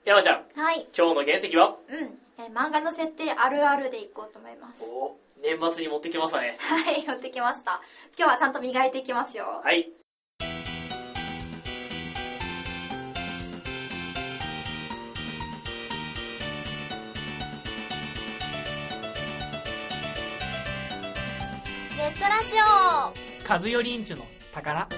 山ちゃん、 はい。 今日の原石は？ 漫画の設定あるあるでいこうと思います。 お、年末に持ってきましたね。 はい、持ってきました。今日はちゃんと磨いていきますよ。 はい。 ネットラジオカズヨリンチュの宝。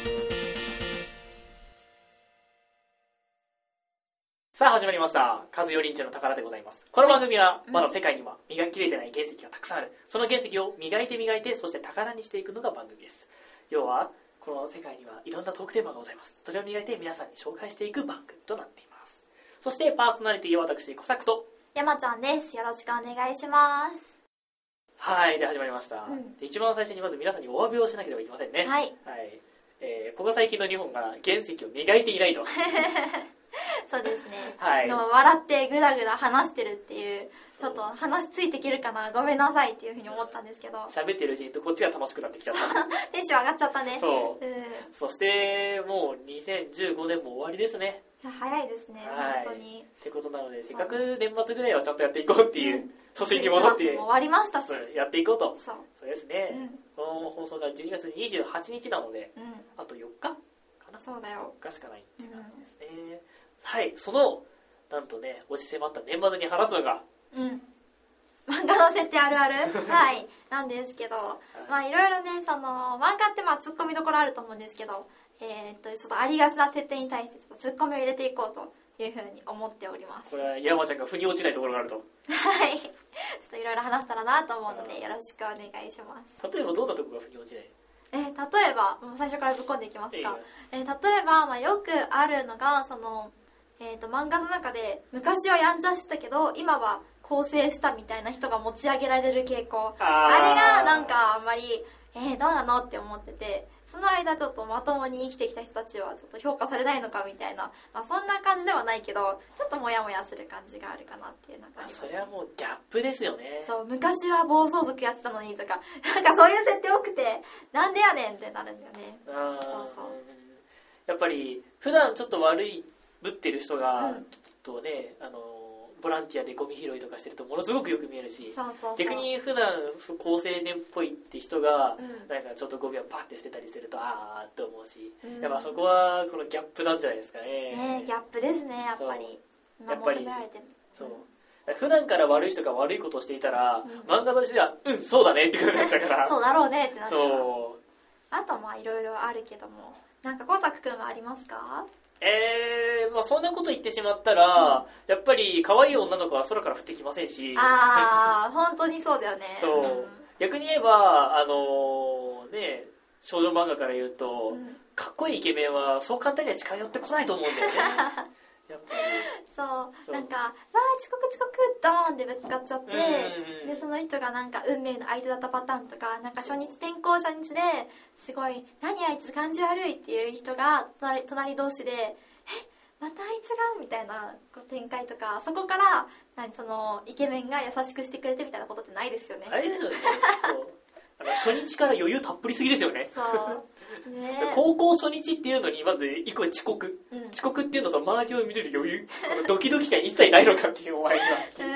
さあ始まりました。カズヨリンチュの宝でございます。この番組はまだ世界には磨ききれてない原石がたくさんある。その原石を磨いてそして宝にしていくのが番組です。要はこの世界にはいろんなトークテーマがございます。それを磨いて皆さんに紹介していく番組となっています。そしてパーソナリティは私小作と山ちゃんです。よろしくお願いします。 はい、で始まりました、一番最初にまず皆さんにお詫びをしなければいけませんね。 はい、 ここ最近の日本が原石を磨いていないとそうですね、 はい、 笑ってグダグダ話してるっていう、ちょっと話ついていけるかな、ごめんなさいっていうふうに思ったんですけど、 喋ってるうちにこっちが楽しくなってきちゃったテンション上がっちゃったね。 そう、そしてもう2015年も終わりですね。 早いですね、 はい、 本当にってことなので、せっかく年末ぐらいはちゃんとやっていこうっていう、初心に戻って終わりましたしやっていこうと。 そうですね、この放送が12月28日なので、あと4日かな。 そうだよ、 4日しかないっていう感じですね。はい、そのなんとね、押し迫った年末に話すのが漫画の設定あるあるはいなんですけど、まあいろいろね、その漫画ってツッコミどころあると思うんですけど、ちょっとありがちな設定に対してちょっとツッコミを入れていこうというふうに思っております。 これは山ちゃんが腑に落ちないところがあると。 はい、ちょっといろいろ話したらなと思うのでよろしくお願いします。 例えばどんなところが腑に落ちない？ 例えばもう最初からぶっ込んでいきますか。例えば、よくあるのがその、漫画の中で昔はやんちゃしてたけど今は更生したみたいな人が持ち上げられる傾向、あれがなんかあんまりどうなのって思ってて、その間ちょっとまともに生きてきた人たちはちょっと評価されないのかみたいな、そんな感じではないけどちょっとモヤモヤする感じがあるかなっていうのがあります。 それはもうギャップですよね。 そう、昔は暴走族やってたのにとか、なんかそういう設定多くてなんでやねんってなるんだよね。そうやっぱり普段ちょっと悪いぶってる人がちょっとね、ボランティアでゴミ拾いとかしてるとものすごくよく見えるし、逆に普段高青年っぽいって人が、なんかちょっとゴミをパッて捨てたりするとあーって思うし、やっぱそこはこのギャップなんじゃないですかね。 ギャップですね、やっぱり。 やっぱりそう、普段から悪い人が悪いことをしていたら、漫画としてはそうだねってことになっちゃうからそうだろうねってなっちゃう。 そう、 あといろいろあるけども、なんか小作くんはありますか？ そんなこと言ってしまったら、やっぱり可愛い女の子は空から降ってきませんし、 本当にそうだよね。 そう、逆に言えばね、少女漫画から言うと、かっこいいイケメンはそう簡単には近寄ってこないと思うんだよねやっぱりそうなんか遅刻ドーンってぶつかっちゃって、でその人がなんか運命の相手だったパターンとか、なんか初日転校初日ですごい何あいつ感じ悪いっていう人が隣同士でまたあいつがみたいな展開とか、そこからそのイケメンが優しくしてくれてみたいなことってないですよね。 あれだよねそう初日から余裕たっぷりすぎですよね。 そうね、 高校初日っていうのにまず一個遅刻、遅刻っていうのと周りを見れる余裕ドキドキ感一切ないのかっていうお前には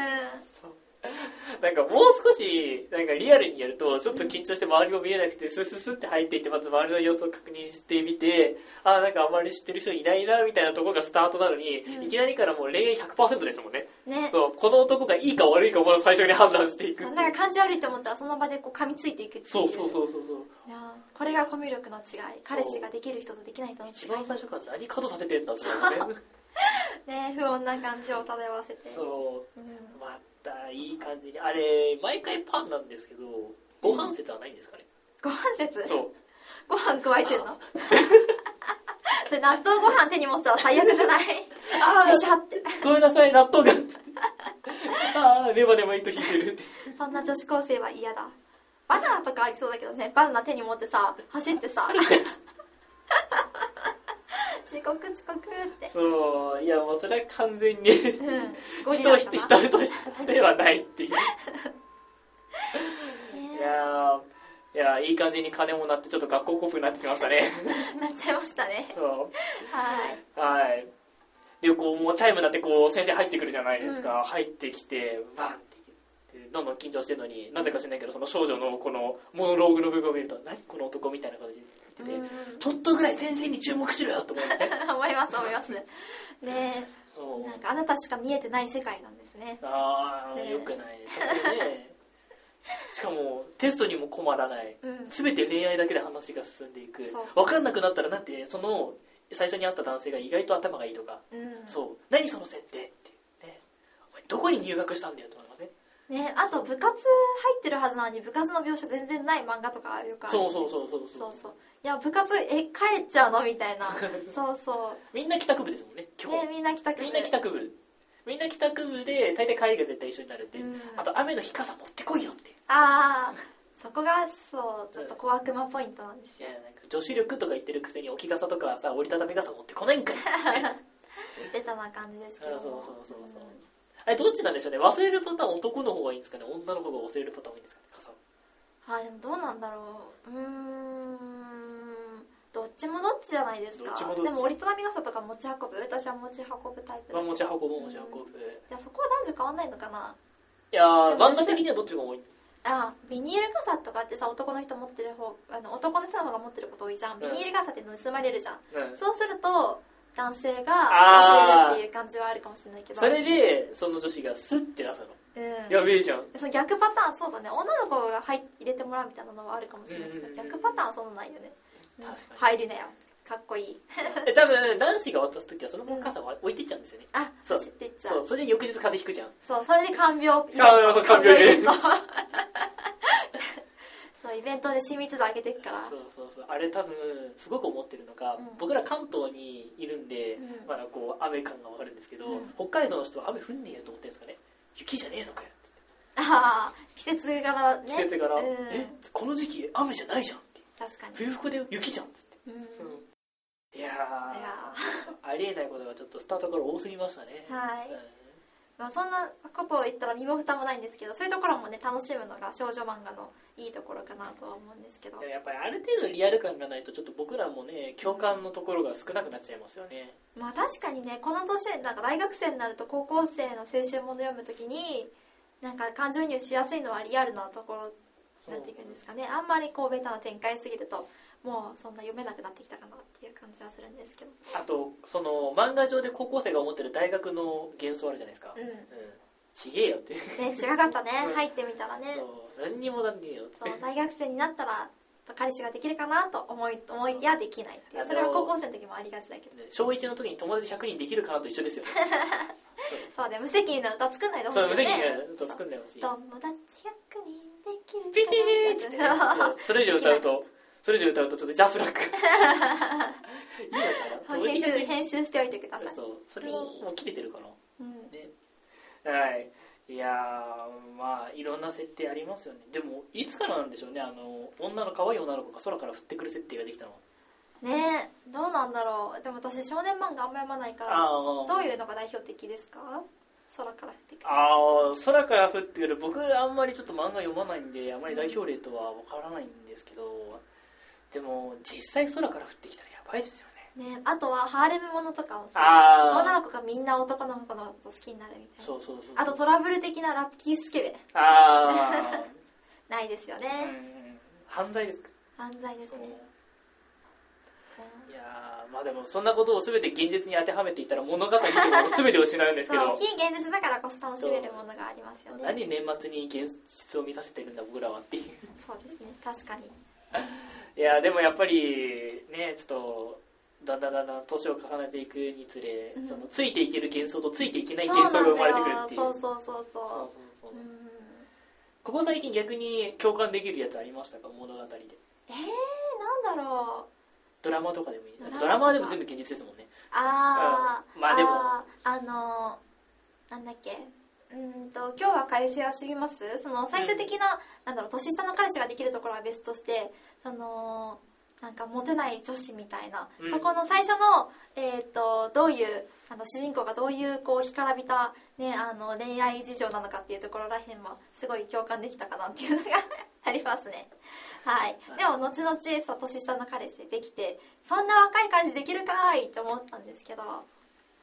なんかもう少しなんかリアルにやるとちょっと緊張して周りも見えなくてスススって入っていって、まず周りの様子を確認してみて、なんかあんまり知ってる人いないなみたいなところがスタートなのに、いきなりからもう恋愛 100% ですもんね。そう、この男がいいか悪いかを最初に判断していく。 なんか感じ悪いと思ったらその場で噛みついていくっていう。 そういやこれがコミュ力の違い、彼氏ができる人とできない人の違い。 一番最初から何角させてんだってね、不穏な感じを漂わせて、 そう、またいい感じに、あれ毎回パンなんですけど、ご飯説はないんですかね。 ご飯説？ そう、 ご飯加えてんのそれ納豆ご飯手に持ってたら最悪じゃない？よしゃってごめんなさい納豆がっつってネバネバ糸引いてるってそんな女子高生は嫌だ。バナナとかありそうだけどね、バナナ手に持ってさ走ってさ遅刻ってそう、いやもうそれは完全に、人ではないっていういやいい感じに鐘も鳴ってちょっと学校コープになってきましたねなっちゃいましたね。 そうはいでこうもうチャイムになってこう先生入ってくるじゃないですか、入ってきてバンってどんどん緊張してるのになぜか知らないけどその少女のこのモノローグの部分を見ると何この男みたいな感じで言ってて、ちょっとぐらい先生に注目しろよと思って思いますね。そうなんかあなたしか見えてない世界なんですね。 ああ、よくないねしかもテストにも困らない、全て恋愛だけで話が進んでいく。分かんなくなったらなんてその最初に会った男性が意外と頭がいいとか、そう何その設定ってね、お前どこに入学したんだよと思いますね。 ね、あと部活入ってるはずなのに部活の描写全然ない漫画とかあるよから、 そういや部活帰っちゃうのみたいなそうみんな帰宅部ですもんね今日、 みんな帰宅部で大体帰りが絶対一緒になるって、あと雨の日傘持ってこいよって、 そこがそうちょっと小悪魔ポイントなんですよ。 いやなんか女子力とか言ってるくせに置き傘とかさ折りたたみ傘持ってこないんかいベタな感じですけど、 そうあれどっちなんでしょうね。忘れるパターン男の方がいいんですかね、女の方が忘れるパターンがいいんですかね、傘。 でもどうなんだろう、どっちもどっちじゃないですか。でも折りたたみ傘とか持ち運ぶ、私は持ち運ぶタイプだけど、 持ち運ぶじゃあそこは男女変わんないのかな。 いや漫画的にはどっちが多い。 ビニール傘とかってさ、男の人持ってる方、男の人の方が持ってること多いじゃん。ビニール傘って盗まれるじゃん、そうすると男性が忘れるっていう感じはあるかもしれないけど、 それでその女子がスッて出すの、やべえじゃん。 その逆パターン、そうだね、女の子が入れてもらうみたいなのはあるかもしれないけど、逆パターンはそんなないよね。 確かに入りなよ、かっこいい多分男子が渡す時はそのまま傘を置いてっちゃうんですよね、 走っていっちゃう。 それで翌日風邪ひくじゃん。 それで看病イベントイベントで親密度上げていくから。 あれ多分すごく思ってるのが、僕ら関東にいるんで、まだこう雨感が分かるんですけど、北海道の人は雨降んねえよと思ってるんですかね。雪じゃねえのかよって季節柄ね。 季節柄、この時期雨じゃないじゃんって。 確かに冬服で雪じゃんっつって、いやありえないことがちょっとスタートから多すぎましたね。そんなことを言ったら身も蓋もないんですけど、そういうところもね楽しむのが少女漫画のいいところかなとは思うんですけど、やっぱりある程度リアル感がないとちょっと僕らもね共感のところが少なくなっちゃいますよね。確かにね、この年なんか大学生になると高校生の青春もの読むときになんか感情移入しやすいのはリアルなところになっていくんですかね。あんまりこうベタな展開すぎるともうそんな読めなくなってきたかなっていう感じはするんですけど、あとその漫画上で高校生が思ってる大学の幻想あるじゃないですか、ちげえよってね、違かったね入ってみたらね、何にもなんねえよって、大学生になったら彼氏ができるかなと思いきやできないっていう、それは高校生の時もありがちだけど、小1の時に友達100人できるかなと一緒ですよねそうで無責任な歌作んないでほしいよね。無責任な歌作んないでほしい。友達100人できるかなってそれ以上歌うとちょっとジャスラックいいのかな、編集しておいてください。それもう切れてるかな、ね、はい。いやまあいろんな設定ありますよね。でもいつからなんでしょうね、可愛い女の子が空から降ってくる設定ができたのね。どうなんだろう。でも私少年漫画あんま読まないから、どういうのが代表的ですか？空から降ってくる。空から降ってくる、僕あんまりちょっと漫画読まないんであんまり代表例とは分からないんですけど、でも実際空から降ってきたらやばいですよね。あとはハーレムものとかをさ、女の子がみんな男の子のこと好きになるみたいな。あとトラブル的なラッキースケベないですよね。犯罪ですか？犯罪ですね。いやまあでもそんなことを全て現実に当てはめていったら物語というのを全て失うんですけど非現実だからこそ楽しめるものがありますよね。何年末に現実を見させてるんだ僕らはっていう。そうですね、確かにいやでもやっぱりね、ちょっとだんだん年を重ねていくにつれ、そのついていける幻想とついていけない幻想が生まれてくるっていう。ここ最近逆に共感できるやつありましたか、物語で。なんだろう、ドラマとかでもいい。ドラマはでも全部現実ですもんね。まあでもなんだっけ、今日は会社休みます。その最終的な、年下の彼氏ができるところは別として、そのなんかモテない女子みたいな、そこの最初の、どういう主人公がどういうこう干からびた、ね、恋愛事情なのかっていうところらへんもすごい共感できたかなっていうのがありますね。はい。でも後々年下の彼氏できて、そんな若い彼氏できるかーいって思ったんですけど、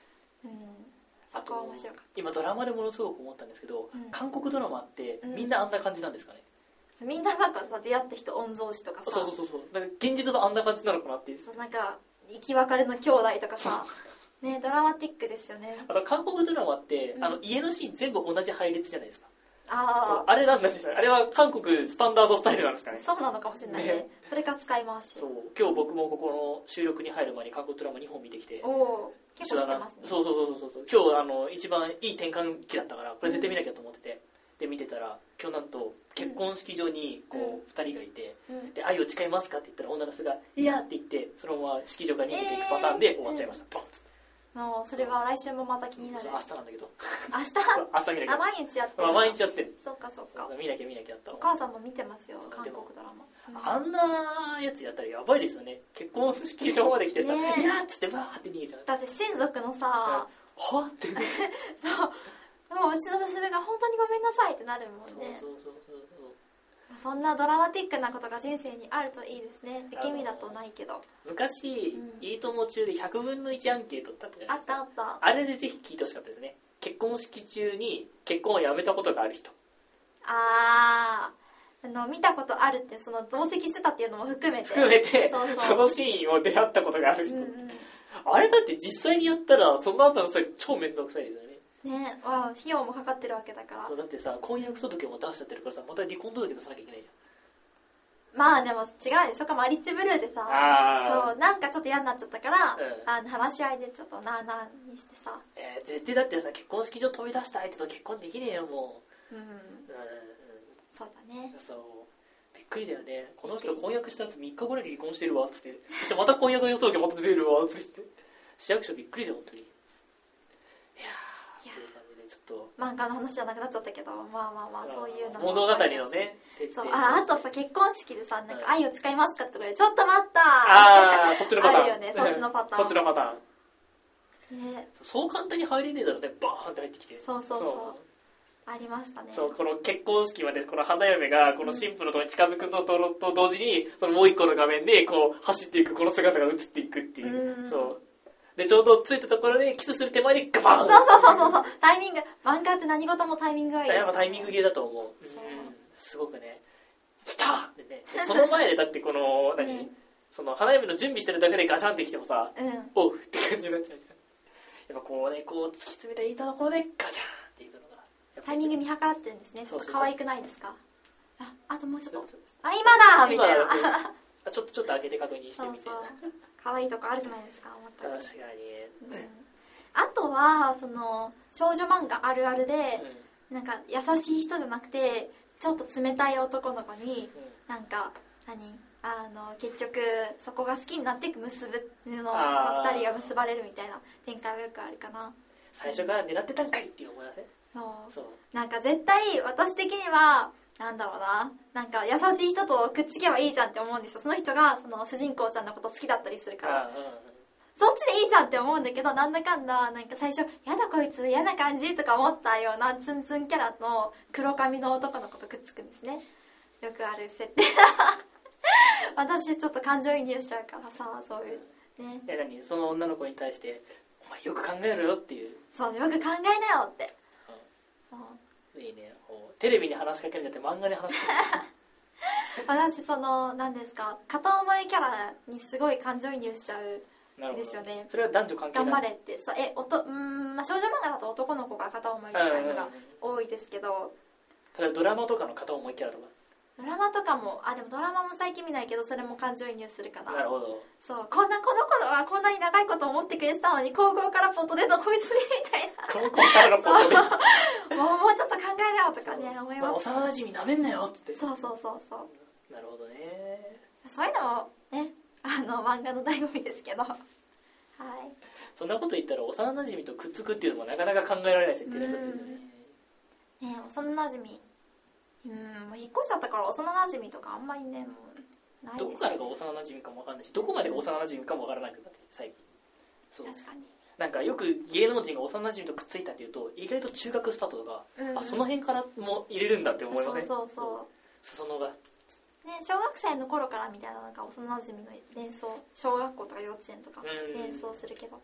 そこは面白かった。 今ドラマでものすごく思ったんですけど、韓国ドラマってみんなあんな感じなんですかね。 みんななんかさ、出会った人御曹司とかさ、 そうなんか現実があんな感じなのかなっていう。 そうなんか生き別れの兄弟とかさね、ドラマティックですよね。 あと韓国ドラマって、家のシーン全部同じ配列じゃないですか。 あれなんでしょうね。あれは韓国スタンダードスタイルなんですかね。 そうなのかもしれないね。それか使い回し。 そう、今日僕もここの収録に入る前に韓国ドラマ2本見てきて、 結構見てますね。 そう今日一番いい転換期だったからこれ絶対見なきゃと思ってて、で見てたら今日なんと結婚式場にこう2人がいて、で愛を誓いますかって言ったら女の人がいやって言ってそのまま式場から逃げていくパターンで終わっちゃいました。 それは来週もまた気になる。 明日なんだけど。 明日見なきゃ。 毎日やってる。 毎日やってる。 そっか。 見なきゃだった。 お母さんも見てますよ、韓国ドラマ。 あんなやつやったらやばいですよね。結婚式場まで来てさ、いやーっつってバーって逃げちゃう。 だって親族のさ、 はってね。 そう。もううちの娘が本当にごめんなさいってなるもんね。そんなドラマティックなことが人生にあるといいですね。不気味だとないけど。 昔、いいとも中で100分の1アンケートってあったじゃないですか。 あった。 あれでぜひ聞いてほしかったですね。結婚式中に結婚をやめたことがある人。 見たことあるってその同席してたっていうのも含めてそのシーンを出会ったことがある人、あれだって実際にやったらその後のそれ超面倒くさいですよね。 ね、費用もかかってるわけだから。 そうだってさ、婚約届も出しちゃってるからさ、また離婚届出さなきゃいけないじゃん。 まあでも違うね、そこマリッジブルーでさ、そうなんかちょっと嫌になっちゃったから、話し合いでちょっとなあなあにしてさ、 絶対だってさ、結婚式場飛び出した相手と結婚できねえよもう。 そうだね。 そうびっくりだよね。この人婚約した後3日後に離婚してるわっつって、そしてまた婚約予届また出てるわっつって市役所びっくりだよ本当に。いやー、そういう感じでちょっと漫画の話じゃなくなっちゃったけど、まあそういうのも物語のね設定。 そう、あとさ、結婚式でさ、なんか愛を誓いますかってところでちょっと待ったそっちのパターンあるよね、そっちのパターン。 そっちのパターンね、 そう簡単に入れねえだろうね。バーンって入ってきて、 そうありましたね。 そう、この結婚式までこの花嫁がこの新婦のところに近づくのと同時に、そのもう一個の画面でこう走っていくこの姿が映っていくっていう、そうでちょうど着いたところでキスする手前でガバーン。 そうタイミング、漫画って何事もタイミングがいいです、ね、 やっぱタイミングゲーだと思う。すごくね、来たってね。その前でだってこのその花嫁の準備してるだけでガシャンってきてもさ、おうって感じになっちゃうじゃん。やっぱこうね、こう突き詰めていったところでガシャンっていくのがタイミング見計らってるんですね。ちょっと可愛くないですか？あともうちょっと、今だみたいな。 ちょっと開けて確認してみて。 可愛いとこあるじゃないですか。 確かに。 あとはその少女漫画あるあるで、なんか優しい人じゃなくてちょっと冷たい男の子に、なんか結局そこが好きになって結ぶの2人が結ばれるみたいな展開はよくあるかな。 最初から狙ってたんかいっていう思いません？ そうなんか絶対私的にはなんだろうな、なんか優しい人とくっつけばいいじゃんって思うんですよ。その人がその主人公ちゃんのこと好きだったりするから、そっちでいいじゃんって思うんだけど、なんだかんだなんか最初やだこいつ嫌な感じとか思ったようなツンツンキャラの黒髪の男の子とくっつくんですね。よくある設定私ちょっと感情移入しちゃうからさ、そういうね。 何その女の子に対してお前よく考えろよっていう。 そうよく考えなよって、 そういいね。テレビに話しかけるんじゃなくて漫画に話しかける私その何ですか、片思いキャラにすごい感情移入しちゃうんですよね。 それは男女関係ない。 頑張れってさ、少女漫画だと男の子が片思いみたいなのが多いですけど、 例えばドラマとかの片思いキャラとか。 ドラマとかもでもドラマも最近見ないけど、それも感情移入するかな。 なるほど。 そう、この子はこんなに長いこと思ってくれてたのに、高校からポットでのこいつにみたいな。 高校からのポットでもうちょっと考えなよとかね思います。 幼馴染なめんなよって。 そうなるほどね。 そういうのもね、漫画の醍醐味ですけど、はい。 そんなこと言ったら幼馴染とくっつくっていうのもなかなか考えられない設定の一つですね。 幼馴染もう引っ越しちゃったから幼馴染とかあんまりね、もうないです。 どこからが幼馴染かも分かんないし、どこまでが幼馴染かも分からなくなって最近。そう、 確かに。 なんかよく芸能人が幼馴染とくっついたっていうと、意外と中学スタートとか、その辺からも入れるんだって思いません？ そう裾野がね、 小学生の頃からみたいな、なんか幼馴染の連想、小学校とか幼稚園とか連想するけど、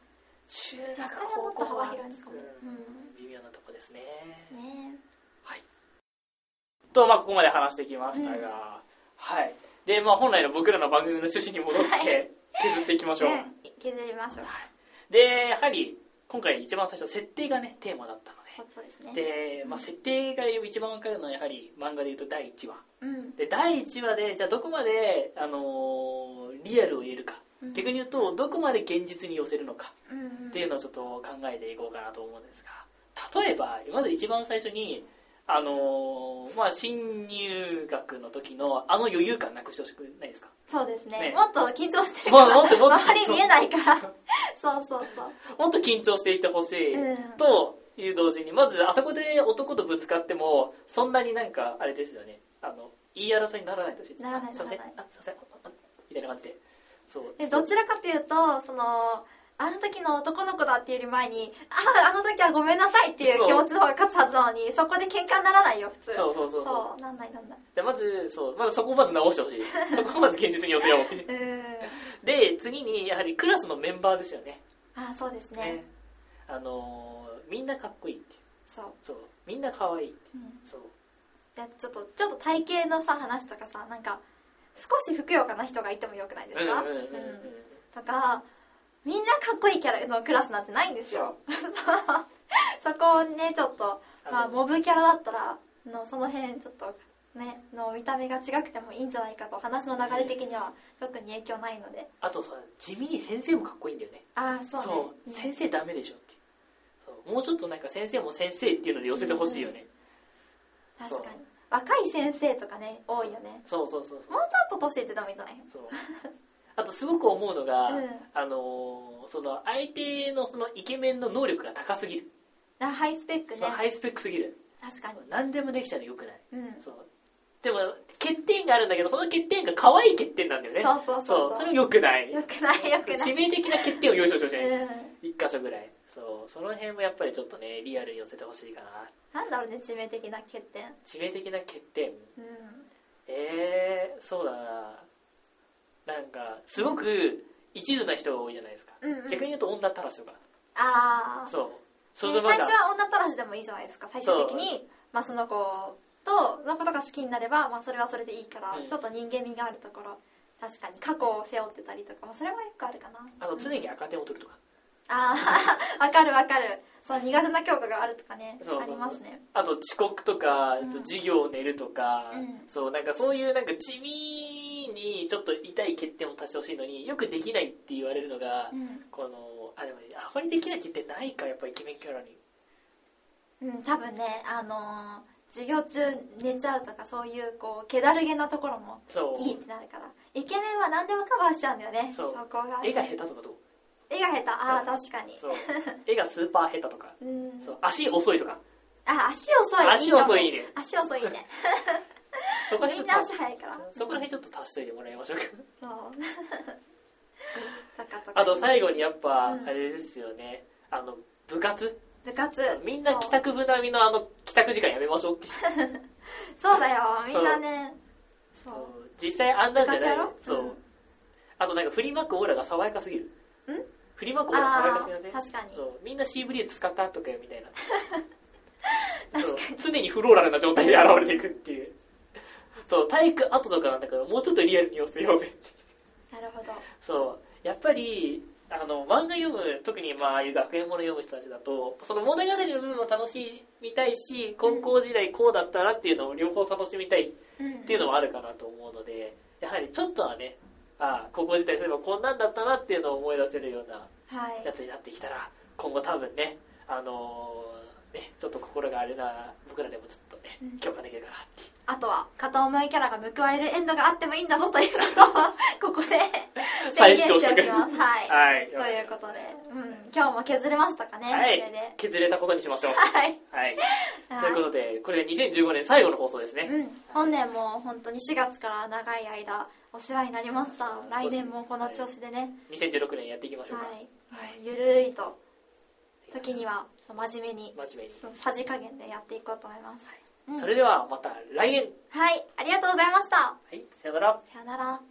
中学高校は幅広いんですかね、 微妙なとこですね。はい。とここまで話してきましたが、はい。で本来の僕らの番組の趣旨に戻って削っていきましょう。 削りましょう。 でやはり今回一番最初設定がねテーマだったので。 そうですね。 で設定が一番分かるのはやはり漫画でいうと第1話。で第1話でじゃあどこまでリアルを入れるか。逆に言うとどこまで現実に寄せるのかっていうのをちょっと考えていこうかなと思うんですが、例えばまず一番最初に新入学の時の余裕感なくしてほしくないですか？ そうですね。もっと緊張してるから、周り見えないからそうもっと緊張していてほしいという同時に、まずあそこで男とぶつかってもそんなになんかあれですよね、言い争いにならないとしいです。 ならない。 すいませんみたいな感じで。 どちらかというとあの時の男の子だっていうより前にあの時はごめんなさいっていう気持ちの方が勝つはずなのに、そこで喧嘩にならないよ普通。そうなんない。 でまずそこをまず直してほしいそこをまず現実に寄せようってで次にやはりクラスのメンバーですよね。 そうですね。 みんなかっこいいっていう。そうみんなかわいいって、そうでちょっと体型の話とかなんか少しふくよかな人がいてもよくないですか？とかみんなかっこいいキャラのクラスなんてないんですよそこをねちょっとモブキャラだったらその辺ちょっとね見た目が違くてもいいんじゃないかと、話の流れ的には特に影響ないので。 あと地味に先生もかっこいいんだよね。そう先生ダメでしょっていう。もうちょっとなんか先生も先生っていうので寄せてほしいよね。 確かに若い先生とかね多いよね。 そうもうちょっと年いっててもいいんじゃない？ あとすごく思うのが、その相手のそのイケメンの能力が高すぎる。 ハイスペックね。 ハイスペックすぎる。 確かに何でもできちゃうのよくない。でも欠点があるんだけど、その欠点が可愛い欠点なんだよね。それよくない。致命的な欠点を用意してほしい。一箇所ぐらい。その辺もやっぱりちょっとねリアルに寄せてほしいかな。 なんだろうね、致命的な欠点。 そうだな。なんかすごく一途な人が多いじゃないですか。逆に言うと女たらしとか。最初は女たらしでもいいじゃないですか。最終的にその子のことが好きになれば、それはそれでいいから、ちょっと人間味があるところ、確かに過去を背負ってたりとか、それはよくあるかな。 常に赤点を取るとか。 わかる。苦手な教科があるとかね、ありますね。 あと遅刻とか、授業を寝るとか、なんかそういうなんか地味にちょっと痛い欠点を足してほしいのによくできないって言われるのが、でもあまりできない欠点ないか、やっぱイケメンキャラに。 多分ね、授業中寝ちゃうとか、そういう気だるげなところもいいってなるから、イケメンは何でもカバーしちゃうんだよね。そこが絵が下手とかどう？ 絵が下手、確かに。 絵がスーパー下手とか、足遅いとか。 足遅いいいね。みんな足速いから。 そこら辺ちょっと足しといてもらいましょうか。 そうあと最後にやっぱあれですよね、部活みんな帰宅部並みの帰宅時間やめましょうってそうだよ、みんなね。 実際あんなんじゃない。あとなんか振りまくオーラが爽やかすぎる。振りまくオーラ爽やかすぎません？ 確かに。 みんなシーブリーズ使ったとかよみたいな確かに常にフローラルな状態で現れていくっていう。体育後とかなんだからもうちょっとリアルに寄せようぜってなるほど。 やっぱり漫画読む、特にああいう学園もの読む人たちだと、その物語の部分も楽しみたいし、高校時代こうだったなっていうのを両方楽しみたいっていうのもあるかなと思うので、やはりちょっとはね、高校時代そういえばこんなんだったなっていうのを思い出せるようなやつになってきたら、今後多分ね、ちょっと心があれな僕らでもちょっとね、共感できるかなっていう。 あとは片思いキャラが報われるエンドがあってもいいんだぞということをここで宣言しておきます。ということで、今日も削れましたかね。それで削れたことにしましょう。ということで、これが2015年最後の放送ですね。 本年も本当に4月から長い間お世話になりました。来年もこの調子でね、 2016年やっていきましょうか。 ゆるりと、時には真面目にさじ加減でやっていこうと思います。 それではまた来年。 ありがとうございました。 さよなら。 さよなら。